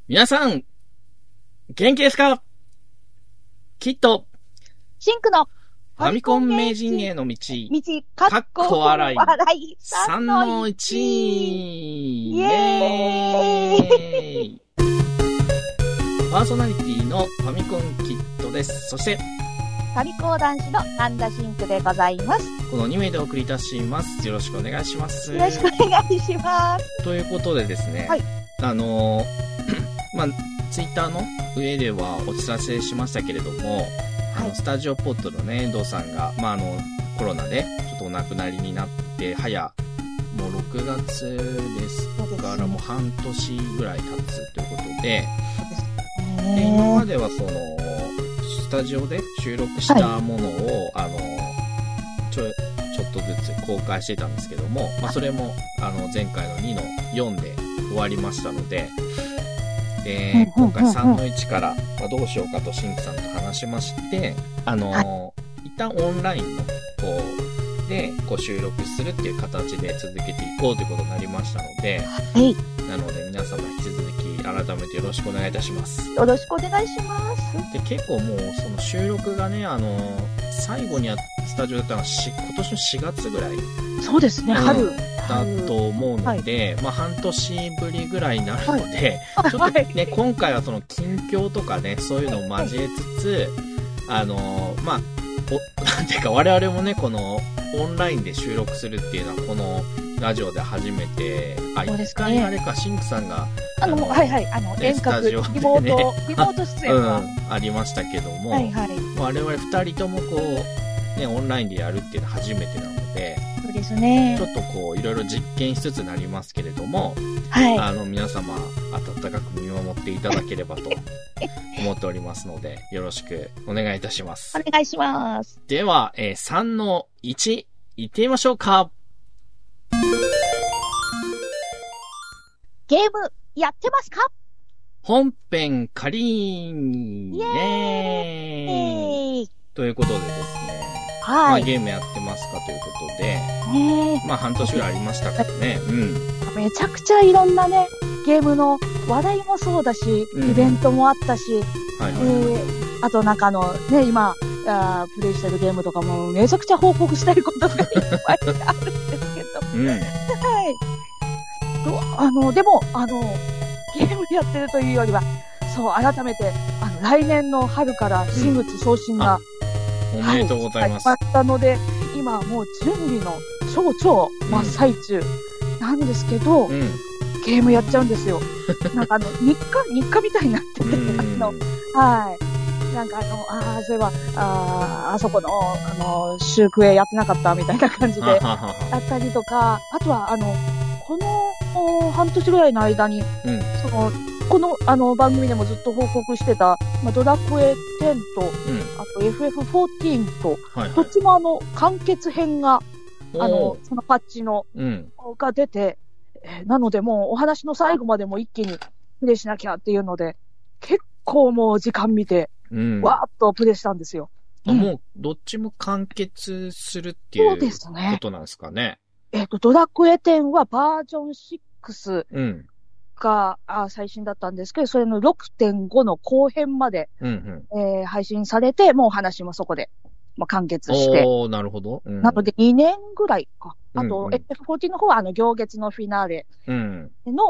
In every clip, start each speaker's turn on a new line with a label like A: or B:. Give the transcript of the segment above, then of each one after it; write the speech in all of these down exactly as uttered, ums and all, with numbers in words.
A: 皆さん、元気ですか？きっと、
B: シンクの
A: ファミコン名人への道、
B: 道、
A: かっこ笑い、
B: 笑い、
A: さんのいち、イ
B: エ
A: エーイパーソナリティのファミコンキットです。そして、
B: ファミコン男子の神田シンクでございます。
A: このに名でお送りいたします。よろしくお願いします。
B: よろしくお願いします。
A: ということでですね、
B: はい、
A: あのー、まあ、ツイッターの上ではお知らせしましたけれども、あのスタジオポットのね、遠藤さんが、まあ、あの、コロナでちょっとお亡くなりになって、早、もうろくがつですから、もう半年ぐらい経つということで、で、今まではその、スタジオで収録したものを、はい、あの、ちょ、ちょっとずつ公開してたんですけども、まあ、それも、あの、前回のにのよんで終わりましたので、で、今回さんのいちから、まあ、どうしようかとシンクさんと話しまして、あの、はい、一旦オンラインの、こう、で、こう収録するっていう形で続けていこうということになりましたので、
B: はい。
A: なので皆様引き続き改めてよろしくお願いいたします。
B: よろしくお願いします。
A: で、結構もうその収録がね、あの、最後にやスタジオだったのはし今年のしがつぐらい。
B: そうですね、春。
A: だと思うので、はい、まあ半年ぶりぐらいになるので、はい、ちょっとね、はい、今回はその近況とかね、そういうのを交えつつ、はい、あの、まあ、お、なんていうか我々もね、このオンラインで収録するっていうのはこのラジオで初めて、あ、一回あれか、シンクさんが、
B: あの、あのはいはい、あの、遠隔、リモート、リモート出演が、
A: うん、ありましたけども、
B: はいはい、
A: 我々二人ともこう、ね、オンラインでやるっていうのは初めてなので、
B: そうですね。
A: ちょっとこう、いろいろ実験しつつなりますけれども、
B: はい。
A: あの、皆様、温かく見守っていただければと思っておりますので、よろしくお願いいたします。
B: お願いします。
A: では、えー、さんのいち、行ってみましょうか。
B: ゲーム、やってますか？
A: 本編カリーンイエーイということでですね、はい。まあ、ゲームやってますかということで、ね、まあ半年ぐらいありましたからね。うん。
B: めちゃくちゃいろんなね、ゲームの話題もそうだし、うん、イベントもあったし、はいはい、えー、あとなんかあの、ね、今、あプレイしてるゲームとかもめちゃくちゃ報告したいことがいっぱいあるんですけど。うん、はい。あの、でも、あの、ゲームやってるというよりは、そう、改めて、あの、来年の春から新内昇進が、
A: うん、おめでとうございます。
B: はい、始まったので、今もう準備の超超真っ最中なんですけど、うん、ゲームやっちゃうんですよ。なんかあの、日課、日課みたいになってて、あの、はい。なんかあの、ああ、そういえば、ああ、あそこの、あの、シュークエやってなかったみたいな感じで、やったりとか、あとはあの、この半年ぐらいの間に、うん、その、この、あの、番組でもずっと報告してた、まあ、ドラクエテンと、うん、あと エフエフフォーティーン と、はいはい、どっちもあの、完結編が、あの、そのパッチの、うん、が出て、えー、なのでもうお話の最後までも一気にプレイしなきゃっていうので、結構もう時間見て、うん、わーっとプレイしたんですよ。
A: あ、うん、もう、どっちも完結するっていうことなんですかね。
B: えっと、ドラクエテンはバージョンシックスが、うん、最新だったんですけど、それの ろくてんご の後編まで、うんうん、えー、配信されて、もうお話もそこで、まあ、完結して。
A: おー、なるほど。うん、
B: なのでにねんぐらいか。あと、うんうん、エフエフフォーティーン の方は、あの、行月のフィナーレの、うん、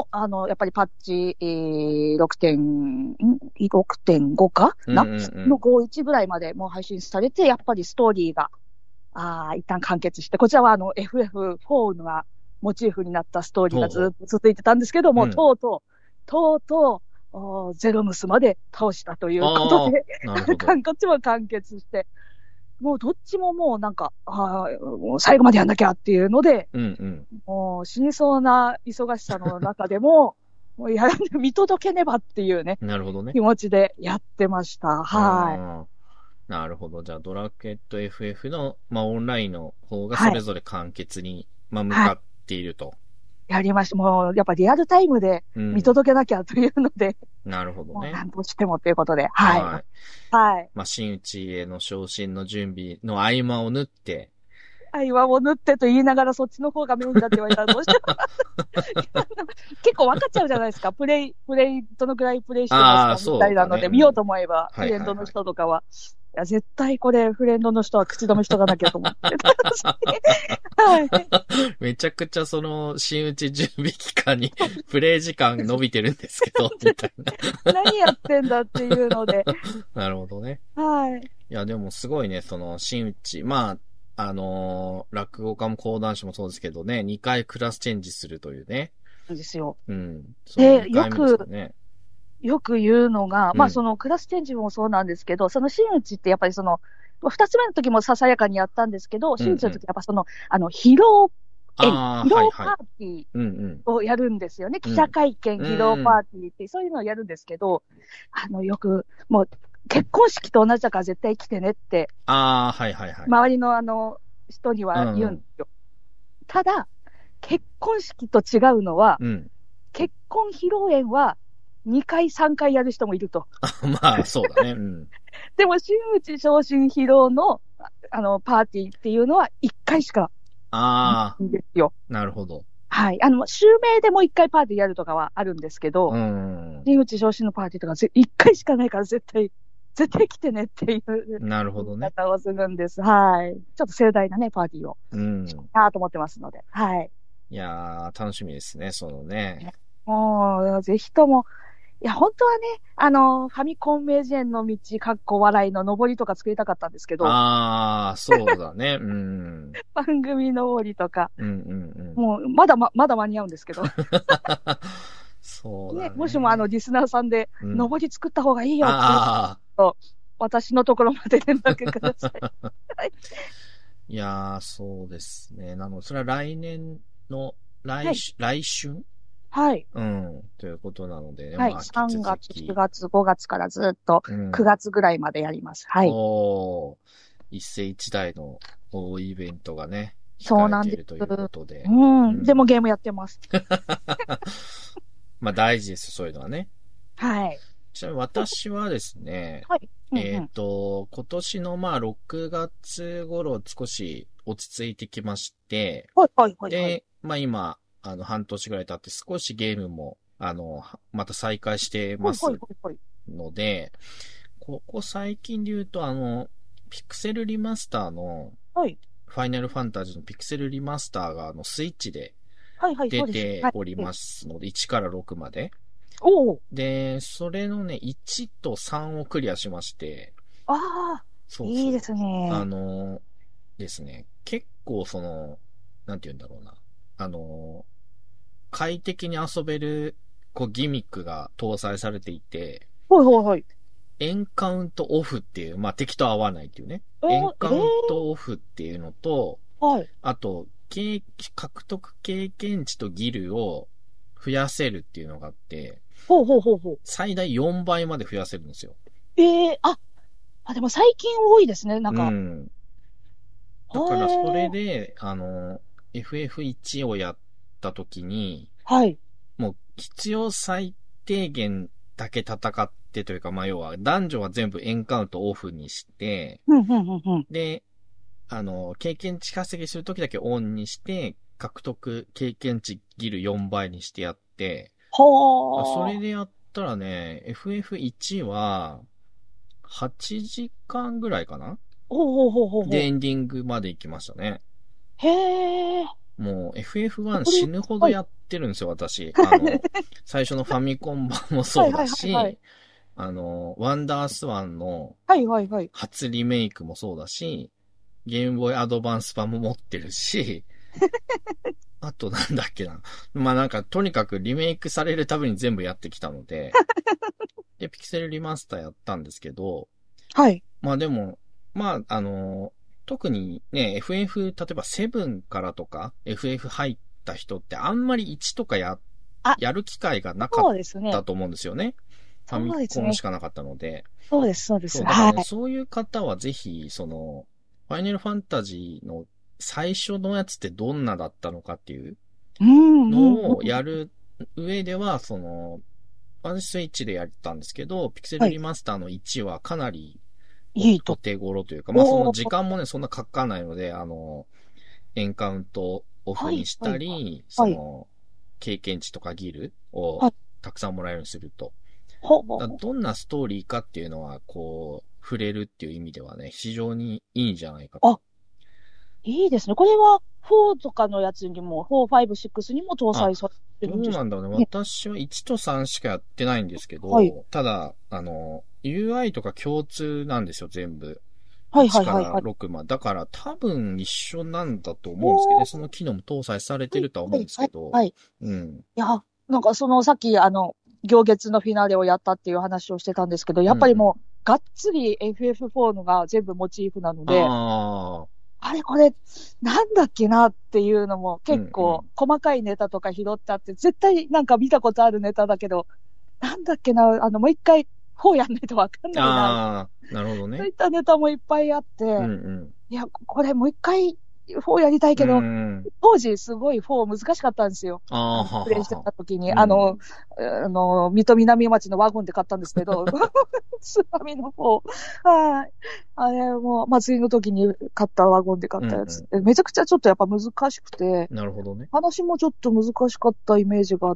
B: あの、やっぱりパッチ、えー、ろくてんご かな、うんうんうん、のごじゅういちぐらいまでもう配信されて、やっぱりストーリーが、ああ、一旦完結して、こちらはあの エフエフフォー がモチーフになったストーリーがずっと続いてたんですけども、うん、とうとう、とうとう、ゼロムスまで倒したということで、こっちも完結して、もうどっちももうなんか、あもう最後までやんなきゃっていうので、うんうん、もう死にそうな忙しさの中でも、もうやら見届けねばっていうね、
A: なるほどね、
B: 気持ちでやってました。はい。
A: なるほど。じゃあ、ドラクエと エフエフ の、まあ、オンラインの方がそれぞれ完結に、はい、まあ、向かっていると、はい。
B: やりました。もう、やっぱリアルタイムで見届けなきゃというので。
A: うん、なるほどね。
B: なんとしてもということで。はい。はい。
A: はい、まあ、真打ちへの昇進の準備の合間を縫って、
B: 愛はも塗ってと言いながらそっちの方がメインだって言われたらどうしても結構分かっちゃうじゃないですか。プレイ、プレイ、どのくらいプレイしてますかみたいなので、ね、見ようと思えば、フレンドの人とかは。いや、絶対これ、フレンドの人は口止めしとかなきゃと思って。はい。
A: めちゃくちゃその、新打ち準備期間に、プレイ時間伸びてるんですけど、みたい
B: な。何やってんだっていうので。
A: なるほどね。
B: はい。
A: いや、でもすごいね、その、新打ち、まあ、あのー、落語家も講談師もそうですけどね、にかいクラスチェンジするというね。
B: そうですよ。
A: うん。
B: で、よく、よく言うのが、うん、まあそのクラスチェンジもそうなんですけど、その真打ちってやっぱりその、二つ目の時もささやかにやったんですけど、真打ちの時やっぱその、あの、披露宴、披露パーティーをやるんですよね。記者会見、披露パーティーって、そういうのをやるんですけど、あの、よく、もう、結婚式と同じだから絶対来てねって、
A: ああ、はいはいはい。
B: 周りのあの、人には言うんですよ。うん、ただ、結婚式と違うのは、うん、結婚披露宴は、にかい、さんかいやる人もいると。
A: まあ、そうだね。うん、
B: でも、真打ち昇進披露の、あの、パーティーっていうのはいっかいしかないんですよ。
A: なるほど。
B: はい。あの、襲名でもいっかいパーティーやるとかはあるんですけど、うん、真打ち昇進のパーティーとかいっかいしかないから絶対、絶対来てねっていう。
A: なるほどね。
B: 方をするんです。はい。ちょっと盛大なね、パーティーを。うん。なぁと思ってますので。はい。
A: いやー、楽しみですね、そのね。
B: もう、ぜひとも、いや、本当はね、あの、ファミコン名人の道、かっこ笑いの上りとか作りたかったんですけど。
A: ああ、そうだね。うん。
B: 番組上りとか。
A: うんうんうん。
B: もう、まだま、まだ間に合うんですけど。
A: そうだね。ね、
B: もしもあの、リスナーさんで、うん、上り作った方がいいよって言うと、私のところまで連絡ください。
A: いやー、そうですね。なので、それは来年の、来週、はい、来春
B: はい。
A: うん。ということなので、ね、
B: はい。まあ、さんがつ、しがつ、ごがつからずっとくがつぐらいまでやります。うん、はい。
A: おー。一世一代の大イベントがね、
B: そうなんです。
A: ということで。
B: うん。うん、でもゲームやってます。
A: まあ大事です、そういうのはね。
B: はい。
A: ちなみに私はですね、
B: はい。うんうん、
A: えっ、ー、と、今年のまあろくがつ頃少し落ち着いてきまして、
B: はいはいはい、はい。
A: で、まあ今、あの、半年ぐらい経って少しゲームも、あの、また再開してますので、ここ最近で言うと、あの、ピクセルリマスターの、
B: はい。
A: ファイナルファンタジーのピクセルリマスターが、あの、スイッチで出ておりますので、いちからろくまで。
B: お
A: で、それのね、いちとさんをクリアしまして、
B: ああ、そうそう、いいですね。
A: あの、ですね、結構その、なんて言うんだろうな。あの、快適に遊べる、こう、ギミックが搭載されていて、
B: はいはいはい。
A: エンカウントオフっていう、まあ、敵と合わないっていうね。エンカウントオフっていうのと、
B: えー、はい。
A: あと、獲得経験値とギルを増やせるっていうのがあって、
B: ほうほうほうほう。
A: 最大よんばいまで増やせるんですよ。
B: ええー、あ、あ、でも最近多いですね、なんか。うん。
A: だからそれで、あの、エフエフワン をやった時に、
B: はい。
A: もう必要最低限だけ戦ってというか、まあ要は男女は全部エンカウントオフにして、
B: うんうんうんうん、
A: で、あの、経験値稼ぎするときだけオンにして、獲得経験値ギルよんばいにしてやって、
B: ほー。
A: それでやったらね、エフエフワン は、はちじかんぐらいかな？
B: ほうほうほうほう。
A: で、エンディングまで行きましたね。
B: へー。
A: もう エフエフワン 死ぬほどやってるんですよ、私。あの、最初のファミコン版もそうだし、はいはいはいはい、あの、ワンダースワンの初リメイクもそうだし、ゲームボーイアドバンス版も持ってるし、あとなんだっけな。まあなんかとにかくリメイクされるたびに全部やってきたので、で、ピクセルリマスターやったんですけど、
B: はい。
A: まあでも、まああの、特にね、エフエフ、例えばセブンからとか、エフエフ 入った人ってあんまりいちとかや、やる機会がなかったと思うんですよね。ファミコンしかなかったので。
B: そうです、そうです。
A: そうだからね、はい、そういう方はぜひ、その、ファイナルファンタジーの最初のやつってどんなだったのかっていうのをやる上では、その、私スイッチでやったんですけど、ピクセルリマスターのいちはかなりお手頃というか、まあその時間もね、そんなかかないので、あの、 エンカウントオフにしたり、
B: はいはいはい、
A: その、経験値とかギルをたくさんもらえるようにすると。はい、どんなストーリーかっていうのは、こう、触れるっていう意味ではね、非常にいいんじゃないかと。
B: あ、いいですね。これはフォーとかのやつにも、フォー、ファイブ、シックスにも搭載されてるんですか？
A: どうなんだろうね。私はいちとさんしかやってないんですけど、
B: はい、
A: ただ、あの、ユーアイ とか共通なんですよ、全部。
B: はいはい
A: いちか
B: はいはい。
A: らろくまで。だから多分一緒なんだと思うんですけどね。その機能も搭載されてるとは思うんですけど。
B: はい。
A: うん。
B: いや、なんかそのさっきあの、行月のフィナーレをやったっていう話をしてたんですけど、やっぱりもう、うんうん、がっつり エフエフフォー のが全部モチーフなので、ああれこれ、なんだっけなっていうのも結構細かいネタとか拾ってあって、絶対なんか見たことあるネタだけど、なんだっけな、あの、もう一回、フォーやんないとわかんないな。
A: ああ、なるほどね。
B: そういったネタもいっぱいあって、うんうん、いや、これもう一回、フォーやりたいけど、うん、当時すごいフォー難しかったんですよ。ああ、プレイしてた時に、うん、あの、あの、水戸南町のワゴンで買ったんですけど、津波のフォー。はい。あれも、祭りの時に買ったワゴンで買ったやつ、うんうん。めちゃくちゃちょっとやっぱ難しくて、
A: なるほどね。
B: 話もちょっと難しかったイメージがあって、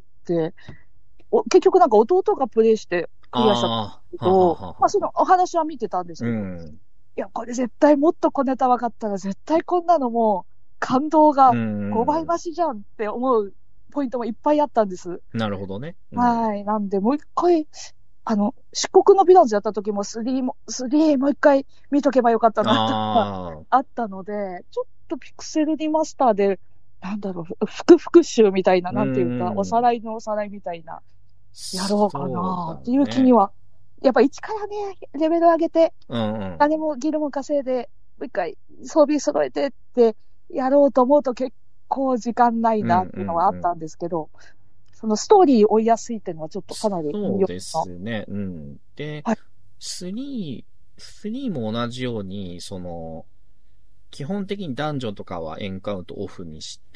B: 結局なんか弟がプレイしてクリアしたんですけど、あまあそのお話は見てたんですけど、うん、いや、これ絶対もっと小ネタ分かったら絶対こんなのもう感動がごばい増しじゃんって思うポイントもいっぱいあったんです。
A: なるほどね。
B: うん、はい。なんでもう一回、あの、漆黒のヴィランズやった時もスリーも、スリーもう一回見とけばよかったなとかあったので、ちょっとピクセルリマスターで、なんだろう、復復習みたいな、なんていうか、おさらいのおさらいみたいな。やろうかなっていう気には、ね、やっぱ一からね、レベル上げて、うんうん、金もギルも稼いで、もう一回装備揃えてってやろうと思うと結構時間ないなっていうのはあったんですけど、うんうんうん、そのストーリー追いやすいっていうのはちょっとかなり
A: そうですね。うん。で、はい、スリー、スリーも同じように、その、基本的にダンジョンとかはエンカウントオフにして、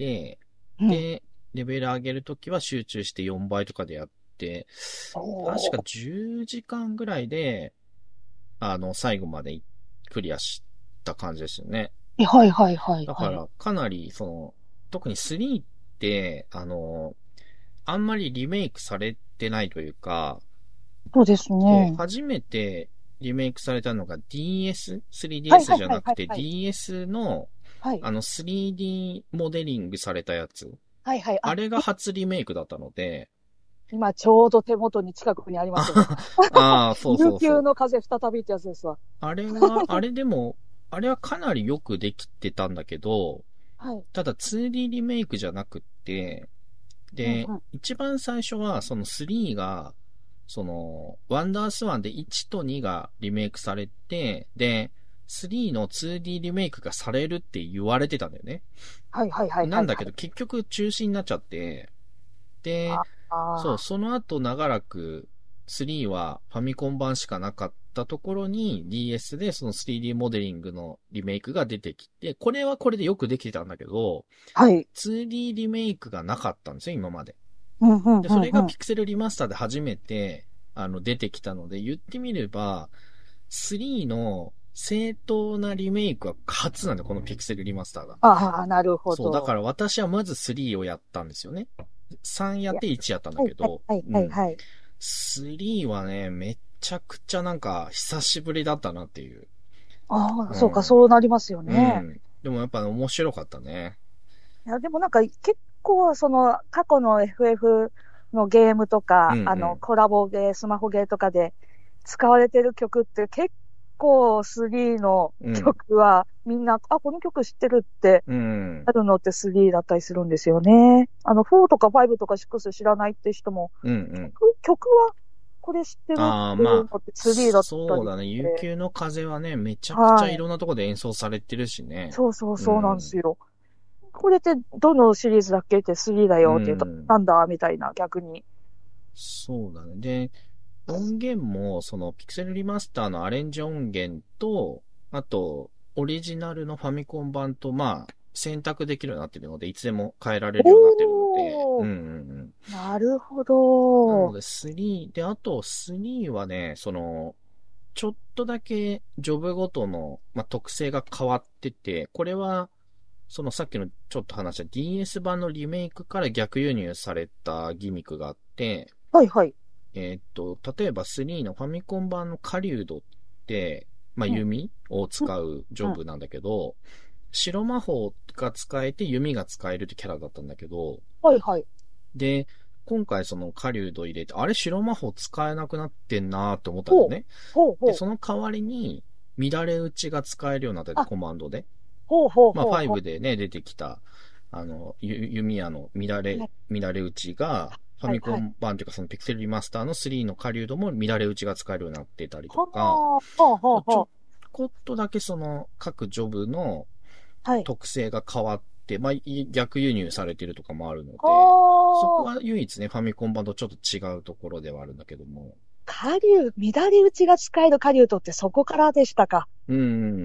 A: うん、で、レベル上げるときは集中してよんばいとかでやって、確かじゅうじかんぐらいで、あの、最後までクリアした感じですよね。
B: はいはいはい、はい。
A: だから、かなり、その、特にスリーって、あの、あんまりリメイクされてないというか、
B: そうですね。
A: 初めてリメイクされたのが ディーエス、スリーディーエス じゃなくて ディーエス の、はい、あの スリーディー モデリングされたやつ。はいはい。あ, あれが初リメイクだったので。
B: 今ちょうど手元に近くにありますよ、ね。ああ、そうそうそう。悠久の風再びってやつですわ。
A: あれは、あれでも、あれはかなりよくできてたんだけど、はい、ただ ツーディー リメイクじゃなくって、で、うんうん、一番最初はそのスリーが、その、ワンダースワンでいちとにがリメイクされて、で、スリーの ツーディー リメイクがされるって言われてたんだよね。
B: はいはいはい、はい。
A: なんだけど結局中止になっちゃって、で、そう、その後長らくスリーはファミコン版しかなかったところに ディーエス でその スリーディー モデリングのリメイクが出てきて、これはこれでよくできてたんだけど、はい。ツーディー リメイクがなかったんですよ、今まで。うんうんうんうん、で、それがピクセルリマスターで初めて、あの、出てきたので、言ってみれば、スリーの正当なリメイクは初なんだよ、このピクセルリマスターが。
B: ああ、なるほど。
A: そう、だから私はまずスリーをやったんですよね。さんやっていちやったんだけど。
B: はい、はい、はい、はい。
A: スリーはね、めちゃくちゃなんか、久しぶりだったなっていう。
B: ああ、うん、そうか、そうなりますよね。
A: うん。でもやっぱ面白かったね。
B: いや、でもなんか結構、その、過去の エフエフ のゲームとか、うんうん、あの、コラボゲー、スマホゲーとかで使われてる曲って結構スリーの曲はみんな、うん、あ、この曲知ってるってあるのってスリーだったりするんですよね。あの、フォーとかファイブとかシックス知らないって人も、うんうん、曲, 曲はこれ知ってるっていうのってスリーだったりして、
A: まあ、そうだね。悠久の風はね、めちゃくちゃいろんなところで演奏されてるしね。はい、
B: そうそうそうなんですよ。うん、これってどのシリーズだっけってスリーだよって言うと、うん、なんだみたいな、逆に。
A: そうだね。で、音源も、その、ピクセルリマスターのアレンジ音源と、あと、オリジナルのファミコン版と、まあ、選択できるようになってるので、いつでも変えられるようになってるので。うんうんうん。
B: なるほど。
A: なので、スリー、で、あと、スリーはね、その、ちょっとだけ、ジョブごとの、まあ、特性が変わってて、これは、 そのさっきのちょっと話した ディーエス 版のリメイクから逆輸入されたギミックがあって、
B: はいはい。
A: えーっと、例えばスリーのファミコン版の狩人って、まあ、弓を使うジョブなんだけど、うん、白魔法が使えて弓が使えるってキャラだったんだけど、
B: はいはい。
A: で、今回その狩人入れて、あれ白魔法使えなくなってんなーって思ったんだよね。
B: ほうほう。
A: で、その代わりに、乱れ打ちが使えるようになったコマンドで。
B: ほうほうほう。
A: まあ、ファイブでね、出てきた、あの、弓矢の乱れ、乱れ打ちが、ファミコン版というかそのピクセルリマスターのスリーの狩人も乱れ打ちが使えるようになってたりとか、ちょこっとだけその各ジョブの特性が変わって、まあ、逆輸入されてるとかもあるので、そこは唯一ね、ファミコン版とちょっと違うところではあるんだけども。
B: 狩人、乱れ打ちが使える狩人ってそこからでしたか。
A: うん。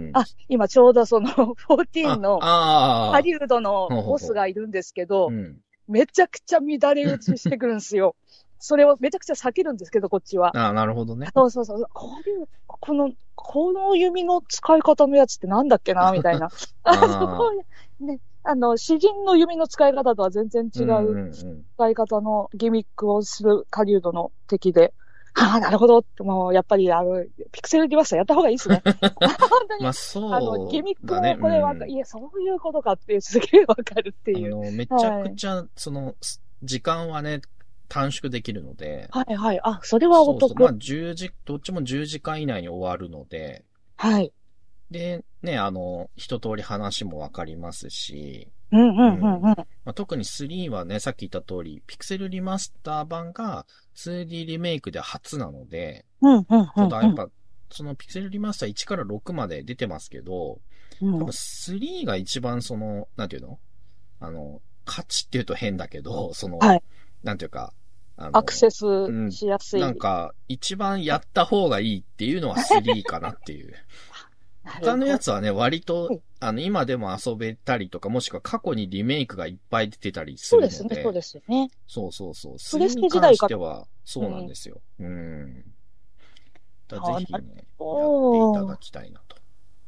B: あ、今ちょうどそのじゅうよんの狩人のボスがいるんですけど、うん、めちゃくちゃ乱れ打ちしてくるんですよ。それをめちゃくちゃ避けるんですけど、こっちは。
A: ああ、なるほどね。
B: そうそうそう。こういう、この、この弓の使い方のやつってなんだっけなみたいな。あそうね。あの、詩人の弓の使い方とは全然違う使い方のギミックをする狩人の敵で。ああ、なるほどって、もう、やっぱり、あの、ピクセルリマスターやった方がいいですね。本当に。
A: まあ、そう、ね。
B: あの、ギミックもこれわか、うん、いや、そういうことかっていう、すげえわかるっていう。
A: あの、めちゃくちゃ、はい、その、時間はね、短縮できるので。
B: はいはい。あ、それはお得。そうそう。
A: まあ、じゅうじ、どっちもじゅうじかん以内に終わるので。
B: はい。
A: で、ね、あの、一通り話もわかりますし。
B: うんうんうんうん。ま
A: あ、特にスリーはね、さっき言った通り、ピクセルリマスター版が ツーディー リメイクで初なので、
B: うんうんうん、うん。
A: ただやっぱ、そのピクセルリマスターいちからろくまで出てますけど、うん、多分スリーが一番その、なんていうのあの、価値っていうと変だけど、その、
B: はい、
A: なんていうか、
B: あのアクセスしやすい、
A: うん。なんか、一番やった方がいいっていうのはスリーかなっていう。他のやつはね、割と、あの、今でも遊べたりとか、もしくは過去にリメイクがいっぱい出てたりするので。
B: そうですね、そうですよね。
A: そうそうそう。
B: プレステ時代から。
A: は、そうなんですよ。うん。うんだぜひね、やっていただきたいなと。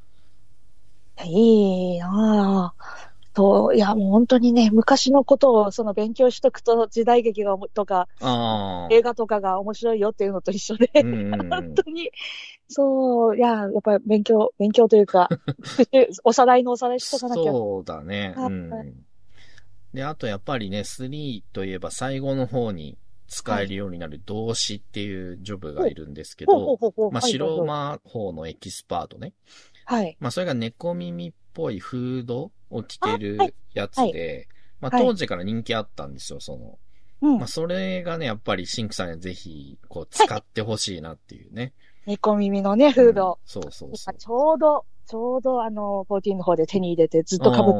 B: いいなぁ。と、いや、もう本当にね、昔のことをその勉強しとくと時代劇がとか、映画とかが面白いよっていうのと一緒で、うんうんうん、本当に、そう、いや、やっぱり勉強、勉強というか、おさらいのおさらいしとかなきゃ。
A: そうだね。うん。で、あとやっぱりね、スリーといえば最後の方に使えるようになる動詞っていうジョブがいるんですけど、まあ、白魔法のエキスパートね。
B: はい。
A: まあ、それが猫耳っぽいフードを着てるやつで、はいはい、まあ、当時から人気あったんですよ、その。うん、まあ、それがね、やっぱりシンクさんにはぜひ、こう、使ってほしいなっていうね。はい、
B: 猫耳のね、フード。
A: うん、そうそうそう。
B: ちょうど、ちょうどあの、フォーティーンの方で手に入れてずっと被って、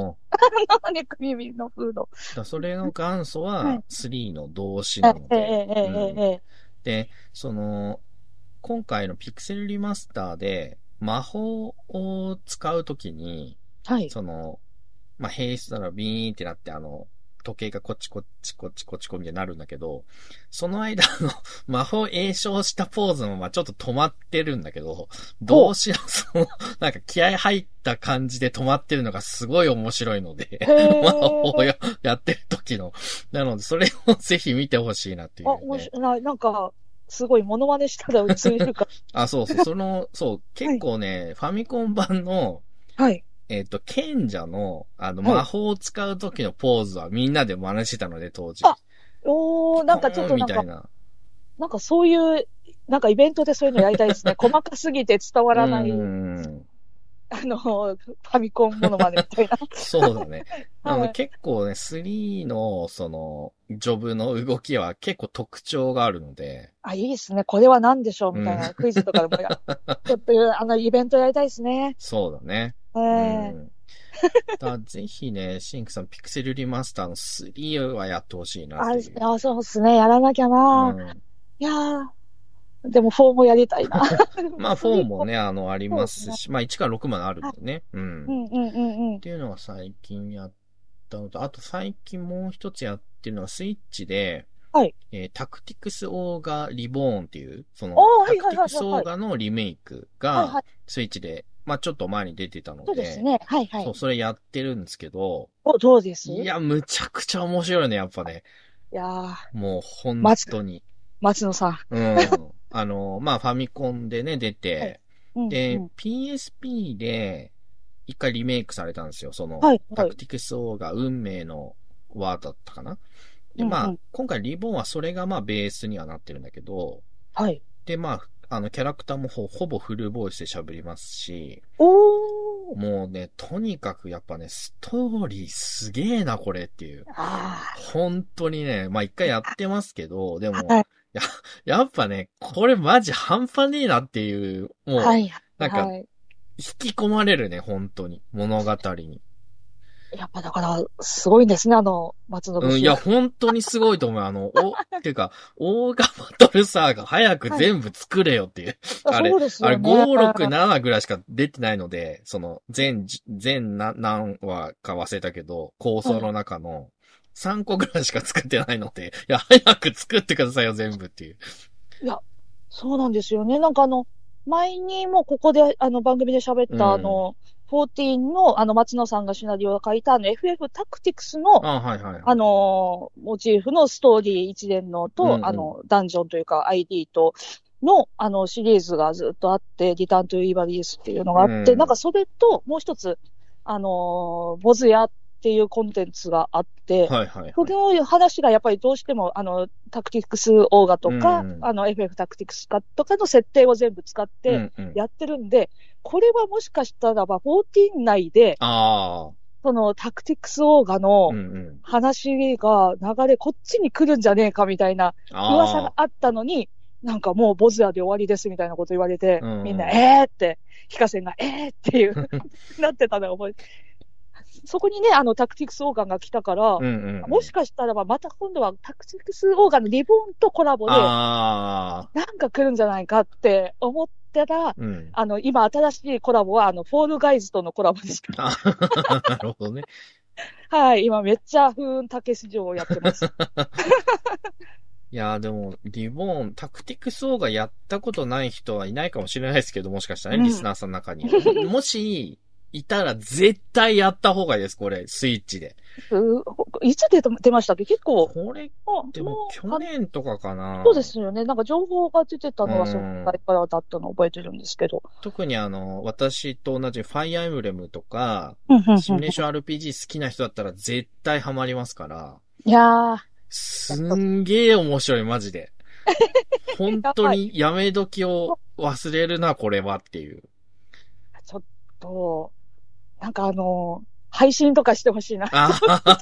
B: 猫耳のフード。
A: だそれの元祖は、スリーの動詞なので。で、その、今回のピクセルリマスターで、魔法を使うときに、はい。その、まあ、並出ならビーンってなって、あの、時計がこっちこっちこっちこっちこっちになるんだけど、その間の魔法詠唱したポーズもまあちょっと止まってるんだけど、動詞のその、なんか気合入った感じで止まってるのがすごい面白いので、魔法を や, やってる時の。なので、それをぜひ見てほしいなっていう、ね。
B: あ、面白い。なんか、すごいモノマネしたら映るか。
A: あ、そうそう。その、そう、結構ね、はい、ファミコン版の、
B: はい。
A: えっ、ー、と、賢者の、あの、魔法を使う時のポーズはみんなで真似してたので、当時。
B: あ、おー、なんかちょっとなんか、みたいな。なんかそういう、なんかイベントでそういうのやりたいですね。細かすぎて伝わらない。うんあの、ファミコンモノマネみたいな。
A: そうだね。あの、結構ね、スリーの、その、ジョブの動きは結構特徴があるので。
B: あ、いいですね。これは何でしょうみたいな、うん、クイズとかでもや、ちょっと、あの、イベントやりたいですね。
A: そうだね。
B: えー、
A: うんだぜひね、シンクさん、ピクセルリマスターのスリーはやってほしいなっていう。
B: あ、あそうですね。やらなきゃな、うん、いやー。でも、フォーもやりたいな。
A: まあ、フォーもね、あの、ありますし、ね、まあ、いちからろくまであるんでね。うん。
B: うんうんうんうん。
A: っていうのが最近やったのと、あと最近もう一つやってるのは、スイッチで、
B: はい。
A: えー、タクティクスオーガリボーンっていう、その、
B: はいはいはいはい、
A: タクティクスオーガのリメイクが、スイッチでまあちょっと前に出てたので。
B: そうですね。はいはい。
A: そう、それやってるんですけど。
B: お、どうです？
A: いや、むちゃくちゃ面白いね、やっぱね。
B: いやー。
A: もう本当に。
B: 松野さん。
A: うん。あの、まあファミコンでね、出て、はいうん、で、うん、ピーエスピー で一回リメイクされたんですよ。その、はいはい、タクティクスオーガ運命の輪だったかな。で、まあ、うんうん、今回リボンはそれがまあベースにはなってるんだけど、はい。で、まあ、あの、キャラクターもほほぼフルボイスで喋りますし、おーもうね、とにかくやっぱね、ストーリーすげえな、これっていう。本当にね、まあ一回やってますけど、でも、はい、や、やっぱね、これマジ半端ねえなっていう、もう、はい、なんか、引き込まれるね、本当に、物語に。
B: やっぱだから、すごいんですね、あの、松信氏。
A: うん、いや、本当にすごいと思う。あの、お、っていうか、オーガバトルサーが早く全部作れよっていう。はい、あれ、そうですよね、あれご、ろく、ななぐらいしか出てないので、その、全、全な何話か忘れたけど、構想の中のさんこぐらいしか作ってないので、いや、早く作ってくださいよ、全部っていう。
B: いや、そうなんですよね。なんかあの、前にもここで、あの、番組で喋った、うん、あの、じゅうよんの、あの、松野さんがシナリオを書いた、あの、エフエフ タクティクスの、あ、はいはいはい、あの、モチーフのストーリー一連のと、うんうん、あの、ダンジョンというか アイディー と、の、あの、シリーズがずっとあって、リターントゥイーバリースっていうのがあって、うん、なんかそれと、もう一つ、あの、ボズヤっていうコンテンツがあって、はいはいはい、この話がやっぱりどうしても、あの、タクティクスオーガとか、うんうん、あの、エフエフ タクティクスかとかの設定を全部使ってやってるんで、うんうん、これはもしかしたらば、じゅうよん内で、あそのタクティクスオーガの話が流れ、こっちに来るんじゃねえかみたいな噂があったのに、なんかもうボズヤで終わりですみたいなこと言われて、うん、みんな、えーって、ヒカセンが、えーっていう、なってたのを覚えて。そこにね、あの、タクティクスオーガンが来たから、うんうんうん、もしかしたらば、また今度はタクティクスオーガンのリボンとコラボで、なんか来るんじゃないかって思ったら、うん、あの、今新しいコラボは、あの、フォールガイズとのコラボでした。
A: なるほどね。
B: はい、今めっちゃ風雲竹市場をやってます。
A: いやーでも、リボーン、タクティクスオーガやったことない人はいないかもしれないですけど、もしかしたらね、うん、リスナーさんの中に。もし、いたら絶対やった方がいいです、これ、スイッチで。
B: いつ出出ましたっけ結構。
A: これ、でも去年とかかな。
B: そうですよね。なんか情報が出てたのはその回からだったのを覚えてるんですけど。
A: 特にあの、私と同じファイアーエムブレムとか、シミュレーション アールピージー 好きな人だったら絶対ハマりますから。
B: いやー。
A: すんげー面白い、マジで。本当にやめ時を忘れるな、これはっていう。
B: ちょっと、なんかあのー、配信とかしてほしいな。あ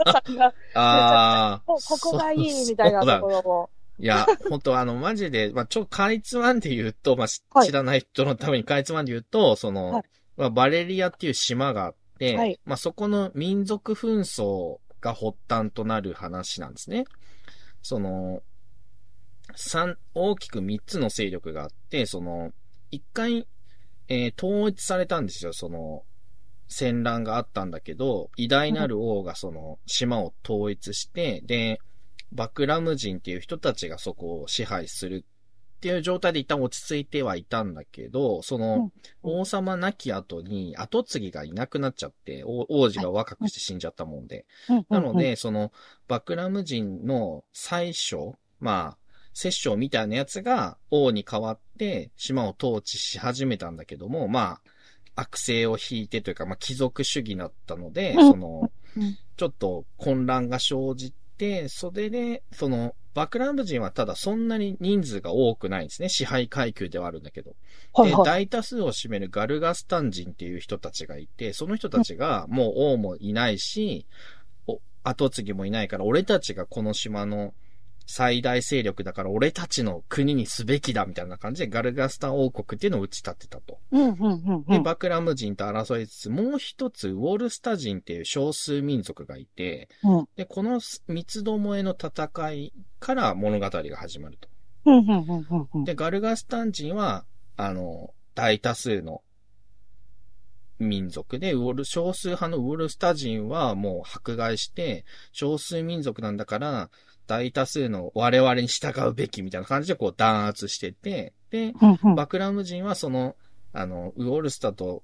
B: あ。ここがいいみたいなところを。
A: いや、本当あの、マジで、まあ、ちょ、かいつまんで言うと、まあ、知らない人のためにかいつまんで言うと、その、はい、まあ、バレリアっていう島があって、はい、まあ、そこの民族紛争が発端となる話なんですね。その、三、大きく三つの勢力があって、その、一回、えー、統一されたんですよ、その、戦乱があったんだけど、偉大なる王がその島を統一して、うん、で、バクラム人っていう人たちがそこを支配するっていう状態で一旦落ち着いてはいたんだけど、その王様亡き後に後継ぎがいなくなっちゃって、王子が若くして死んじゃったもんで。なので、そのバクラム人の最初、まあ、摂政みたいなやつが王に代わって島を統治し始めたんだけども、まあ、悪政を引いてというか、まあ、貴族主義だったので、その、ちょっと混乱が生じて、それで、その、バクラム人はただそんなに人数が多くないんですね。支配階級ではあるんだけど。はいはい、で、大多数を占めるガルガスタン人っていう人たちがいて、その人たちがもう王もいないし、後継ぎもいないから、俺たちがこの島の最大勢力だから俺たちの国にすべきだみたいな感じでガルガスタン王国っていうのを打ち立てたと。
B: うんうんうんうん、
A: で、バクラム人と争いつつ、もう一つウォルスタ人っていう少数民族がいて、うん、で、この三つどもえの戦いから物語が始まると。
B: うんうんうんうん、
A: で、ガルガスタン人は、あの、大多数の民族で、ウォル、少数派のウォルスタ人はもう迫害して、少数民族なんだから、大多数の我々に従うべきみたいな感じでこう弾圧してて、で、うんうん、バクラム人はその、あの、ウォルスタと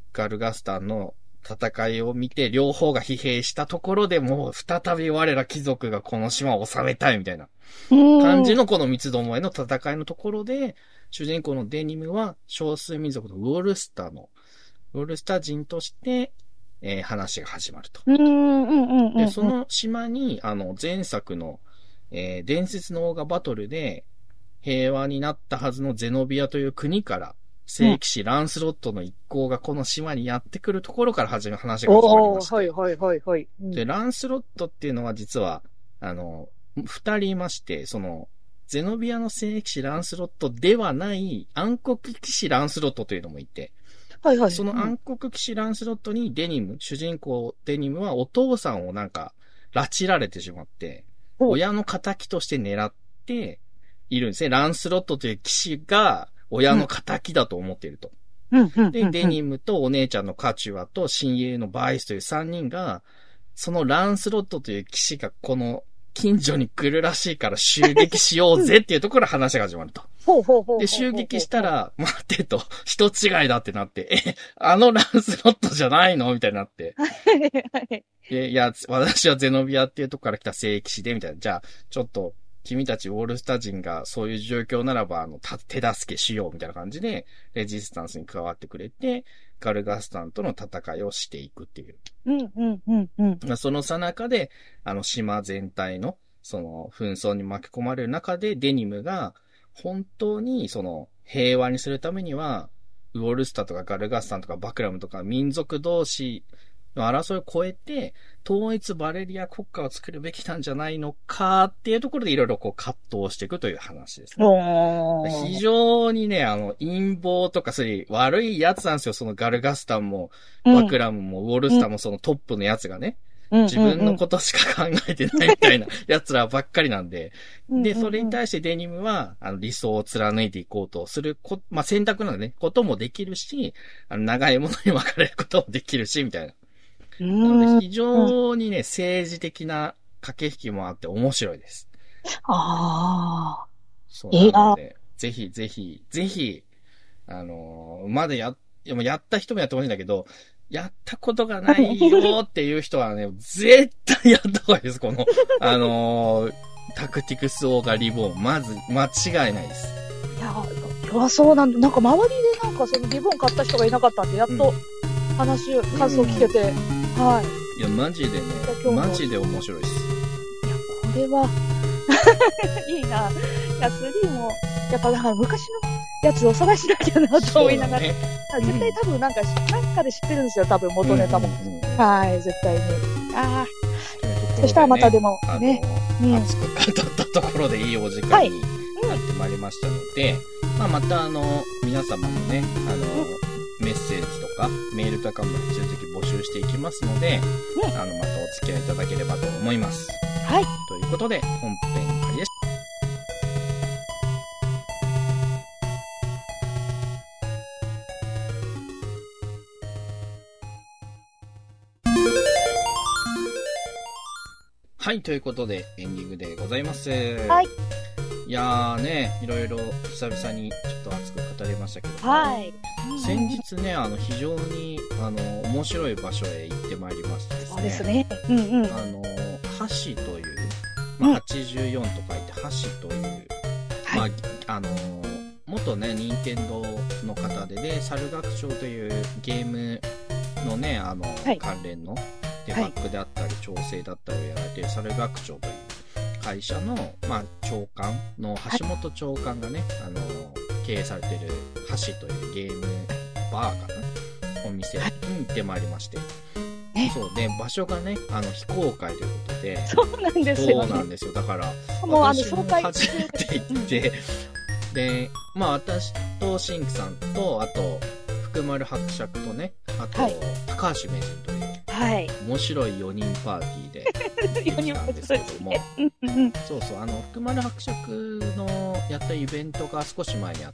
A: ガルガスタンの戦いを見て、両方が疲弊したところでもう再び我ら貴族がこの島を治めたいみたいな感じのこの三つどもえの戦いのところで、主人公のデニムは少数民族のウォルスターの、ウォルスター人として、えー、話が始まると。で、その島に、あの、前作の、えー、伝説のオーガバトルで平和になったはずのゼノビアという国から、聖騎士ランスロットの一行がこの島にやってくるところから始め、話が始まりまして。
B: はいはいはいはい、うん。
A: で、ランスロットっていうのは実は、あの、二人いまして、その、ゼノビアの聖騎士ランスロットではない暗黒騎士ランスロットというのもいて、
B: はいはい。
A: その暗黒騎士ランスロットにデニム、主人公デニムはお父さんをなんか、拉致られてしまって、親の仇として狙っているんですね。ランスロットという騎士が、親の仇だと思っていると。で、デニムとお姉ちゃんのカチュアと親友のバイスというさんにんが、そのランスロットという騎士がこの近所に来るらしいから襲撃しようぜっていうところから話が始まると。で、襲撃したら、待ってと、人違いだってなって、え、あのランスロットじゃないのみたいになって。で、いや、私はゼノビアっていうとこから来た聖騎士で、みたいな。じゃあ、ちょっと、君たちウォルスタ人がそういう状況ならば、あの、手助けしようみたいな感じで、レジスタンスに加わってくれて、ガルガスタンとの戦いをしていくっていう。
B: うんうんうんうん。
A: その最中で、あの、島全体の、その、紛争に巻き込まれる中で、デニムが、本当に、その、平和にするためには、ウォルスタとかガルガスタンとかバクラムとか民族同士の争いを超えて、統一バレリア国家を作るべきなんじゃないのかっていうところでいろいろこう葛藤していくという話ですね。非常にね、あの、陰謀とかそういう悪いやつなんですよ。そのガルガスタンも、バクラムも、ウォルスタもそのトップのやつがね。自分のことしか考えてないみたいなやつらばっかりなんで。で、それに対してデニムは、あの、理想を貫いていこうとするこ、まあ、選択なのね、こともできるし、あの、長いものに分かれることもできるし、みたいな。なので非常にね、政治的な駆け引きもあって面白いです。
B: ああ。
A: そうなので、ぜひぜひ、ぜひ、あのー、まだや、やった人もやってほしいんだけど、やったことがないよっていう人はね、絶対やった方がいいです、この、あのー、タクティクスオーガリボン。まず、間違いないです。
B: いや、それはそうなんだ。なんか周りでなんかそのリボン買った人がいなかったんで、やっと話、うん、感想聞けて、うん、はい。
A: いや、マジでね、マジで面白いです。
B: いや、これは、いいな。いや、スリーも、やっぱだから昔のやつおさらいしなきゃなと思いながら。ね、絶対多分なんか、なんかで知ってるんですよ、多分元ネタも。うんうんうん、はい、絶対に。ああ。そしたらまたでも、ね。
A: うん、熱く語ったところでいいお時間になってまいりましたので、はいうん、まあまたあの、皆様のね、あの、うん、メッセージとか、メールとかも引き続き募集していきますので、うん、あの、またお付き合いいただければと思います。
B: はい。
A: ということで、本編開始です。はい、ということで、エンディングでございます。はい。いやーね、いろいろ久々にちょっと熱く語りましたけど、
B: はい。
A: 先日ね、あの、非常に、あの、面白い場所へ行ってまいりましてですね。
B: そうですね。うんうん。
A: あの、ハシという、まあ、はちじゅうよんと書いて、ハシという、はい、まあ、あの、元ね、任天堂の方でね、猿楽長というゲームのね、あの、はい、関連の、デバッグであったり調整だったりをやられている猿楽長という会社の、まあ、長官の橋本長官がね、あの経営されているハシというゲームバーかなお店に行ってまいりまして、そうで場所がねあの非公開ということで、
B: そうなんですよ、ね、
A: そうなんですよ。だから私も初めて行ってでまあ私とシンクさんとあと福丸伯爵とねあと、はい、高橋名人という
B: はい、
A: 面白いよにんパーティーで行ってきたんですけどもそうそうあの福丸伯爵のやったイベントが少し前にあって、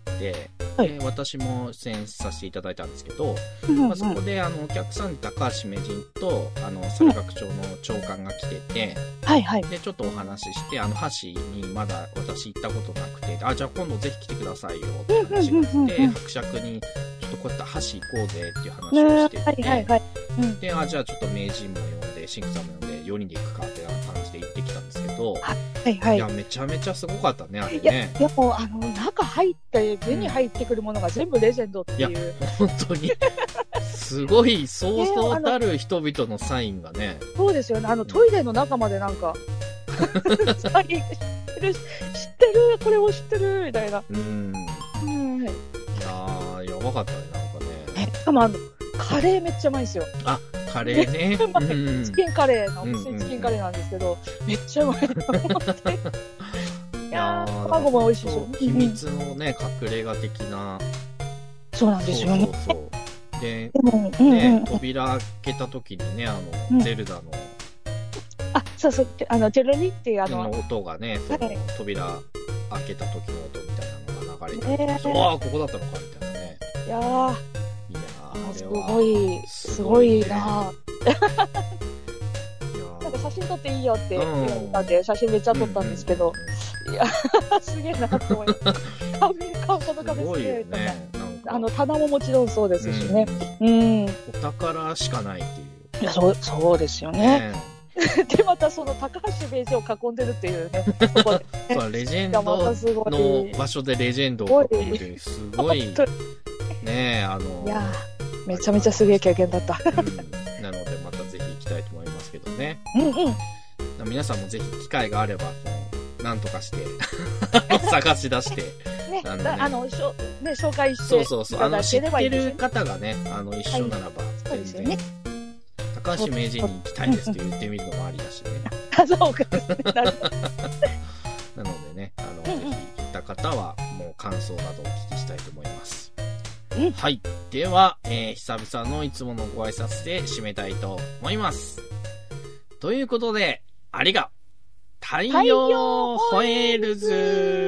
A: はい、で私も出演させていただいたんですけど、うんうんまあ、そこであのお客さんに高橋名人とあの猿楽長の長官が来てて、
B: うんはいはい、
A: でちょっとお話ししてあの橋にまだ私行ったことなくてあじゃあ今度ぜひ来てくださいよって話がして、うんうんうんうん、伯爵にちょっとこうやって箸行こうぜっていう話をしてて、
B: はいはいはい。うん、
A: で、あ、じゃあちょっと名人も呼んで、シンクさんも呼んで、よにんで行くかっていう感じで行ってきたんですけど、
B: はいはい。
A: いや、めちゃめちゃすごかったね、あれね。
B: いや、でも、あの、中入って、目に入ってくるものが全部レジェンドっていう。うん、いや、
A: 本当に。すごい、そうそうたる人々のサインがね。
B: そうですよね。あの、トイレの中までなんか、サイン知ってる、知ってる、これを知ってる、みたいな。
A: うん。
B: うん。い
A: やー、やばかったね、なんかね。
B: しかもあの、カレーめっちゃうまいんですよ。
A: あ、カレーね。
B: うん、チキンカレーの、お店チキンカレーなんですけど、めっちゃうまいと思って。いやー、卵も美味しいし。
A: 秘密のね、隠れ家的な。
B: そうなんですよね。
A: そうそうそう。で、
B: うん
A: ね、
B: うん、
A: 扉開けた時にね、あの、うん、ゼルダの、
B: あ、そうそう、あの、ジェルリっていうあの、
A: 音がね、その、はい、扉開けた時の音みたいなのが流れてて、ね、ああ、ここだったのか、みたいなね。
B: いやー、
A: いやー、
B: すごい、すごいななんか写真撮っていいよって言われたんで、写真めっちゃ撮ったんですけど、うんうん、いや、すげえなと思います。顔この壁すげえみたいな。あの、棚ももちろんそうですしね。うん。うん、
A: お宝しかないっていう。
B: いや、そう、そうですよね。ねで、またその高橋名人を囲んでるっていうね。そこで、ね。
A: そう、レジェンドの場所でレジェンドを囲むという、すごい、ねえ、あの。
B: いやめちゃめちゃすげえ経験だった。
A: うん、なので、またぜひ行きたいと思いますけどね。
B: うんうん。
A: 皆さんもぜひ機会があれば、なんとかして、探し出して。
B: ね、あの、ね、あのしょね、紹介して
A: そうそうそう。あの、知ってる方がね、あの、一緒ならば、
B: 全然、はいね、
A: 高橋名人に行きたいですって言ってみるのもありだしね。
B: あ、そうか。な
A: のでね、あの、うんうん、ぜひ行った方は、もう感想などお聞きしたいと思います。うん、はい。では、えー、久々のいつものご挨拶で締めたいと思います。ということで、ありが、太陽ホエールズ